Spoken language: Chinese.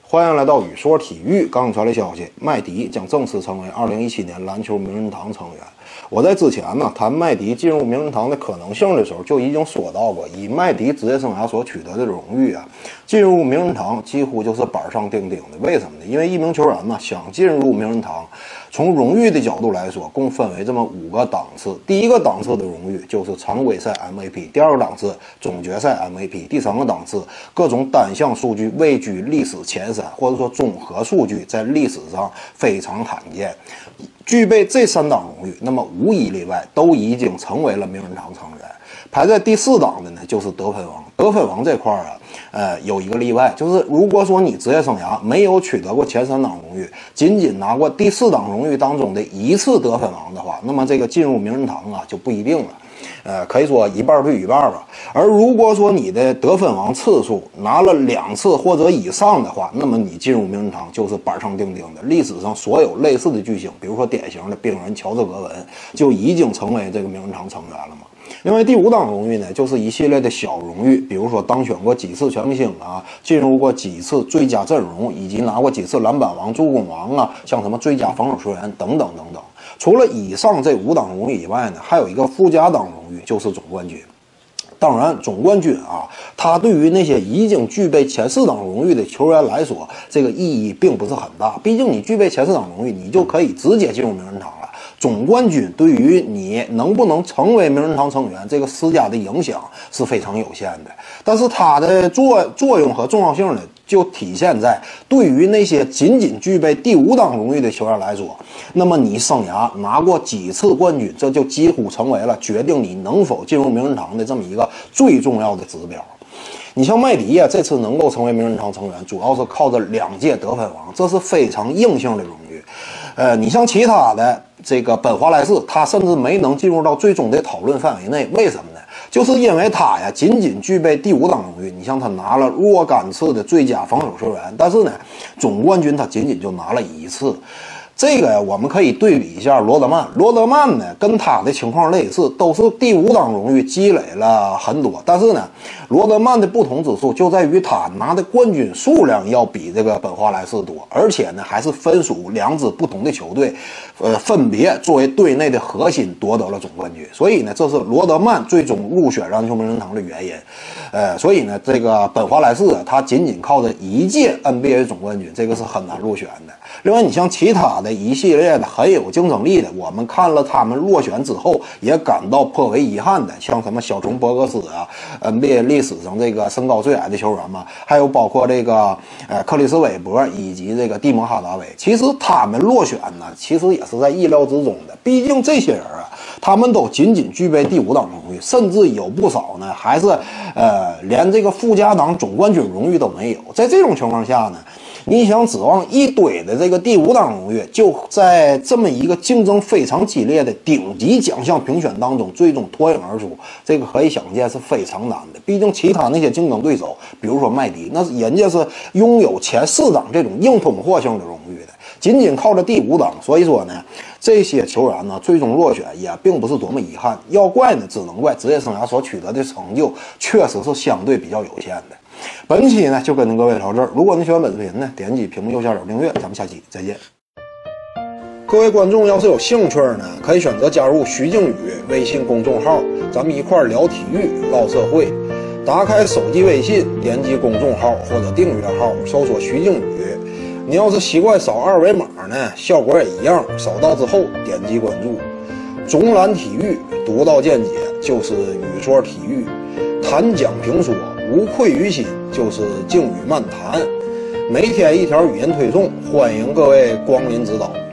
欢迎来到宇说体育。刚传来消息，麦迪将正式成为2017年篮球名人堂成员。我在之前呢谈麦迪进入名人堂的可能性的时候，就已经说到过，以麦迪职业生涯所取得的荣誉啊，进入名人堂几乎就是板上钉钉的。为什么呢？因为一名球员呢想进入名人堂，从荣誉的角度来说，共分为这么5个档次。第一个档次的荣誉就是常规赛 MVP， 第二个档次总决赛 MVP， 第3个档次各种单项数据位居历史前3，或者说综合数据在历史上非常罕见。具备这3档荣誉，那么无一例外都已经成为了名人堂成员。排在第4档的呢，就是得分王。得分王这块有一个例外，就是如果说你职业生涯没有取得过前3档荣誉，仅拿过第4档荣誉当中的1次得分王的话，那么这个进入名人堂啊就不一定了。可以说一半对一半吧。而如果说你的得分王次数拿了2次或者以上的话，那么你进入名人堂就是板上钉钉的。历史上所有类似的巨星，比如说典型的冰人乔治·格文，就已经成为这个名人堂成员了嘛。另外第5档荣誉呢，就是一系列的小荣誉，比如说当选过几次全明星啊，进入过几次最佳阵容，以及拿过几次篮板王、助攻王啊，像什么最佳防守球员等等等等。除了以上这5档荣誉以外呢，还有一个附加档荣誉，就是总冠军。当然，总冠军啊，它对于那些已经具备前4档荣誉的球员来说，这个意义并不是很大。毕竟你具备前4档荣誉，你就可以直接进入名人堂了。总冠军对于你能不能成为名人堂成员，这个施加的影响是非常有限的。但是它的作用和重要性呢，就体现在对于那些仅具备第5档荣誉的球员来说，那么你生涯拿过几次冠军，这就几乎成为了决定你能否进入名人堂的这么一个最重要的指标。你像麦迪这次能够成为名人堂成员，主要是靠着2届得分王，这是非常硬性的荣誉。你像其他的这个本华莱士，他甚至没能进入到最终的讨论范围内。为什么呢？就是因为他仅具备第5档荣誉。你像他拿了若干次的最佳防守球员，但是呢，总冠军他仅就拿了1次。这个我们可以对比一下罗德曼。罗德曼呢，跟他的情况类似，都是第5档荣誉积累了很多，但是呢，罗德曼的不同之处就在于他拿的冠军数量要比这个本华莱士多，而且呢，还是分属2支不同的球队，分别作为队内的核心夺得了总冠军。所以呢，这是罗德曼最终入选篮球名人堂的原因。所以呢，这个本华莱士他仅靠着1届 NBA 总冠军，这个是很难入选的。另外，你像其他的一系列的很有竞争力的，我们看了他们落选之后也感到颇为遗憾的，像什么小熊伯格斯啊 ，NBA 历史上这个身高最矮的球员嘛，还有包括这个克里斯韦伯以及这个蒂蒙哈达威，其实他们落选呢，其实也是在意料之中的。毕竟这些人啊，他们都仅具备第5档荣誉，甚至有不少呢还是连这个附加档总冠军荣誉都没有。在这种情况下呢，你想指望一堆的这个第5档荣誉，就在这么一个竞争非常激烈的顶级奖项评选当中最终脱颖而出，这个可以想见是非常难的。毕竟其他那些竞争对手，比如说麦迪，那人家是拥有前4档这种硬通货性的荣誉的，仅靠着第5档。所以说呢，这些球员呢最终落选也并不是多么遗憾，要怪呢只能怪职业生涯所取得的成就确实是相对比较有限的。本期呢就跟各位聊这儿，如果你喜欢本视频呢，点击屏幕右下角订阅，咱们下期再见。各位观众要是有兴趣呢，可以选择加入徐静宇微信公众号，咱们一块聊体育唠社会。打开手机微信，点击公众号或者订阅号，搜索徐静宇。你要是习惯扫2维码呢，效果也一样，扫到之后点击关注。总览体育，独到见解，就是语说体育，谈讲评说无愧于心，就是静语漫谈。每天一条语音推送，欢迎各位光临指导。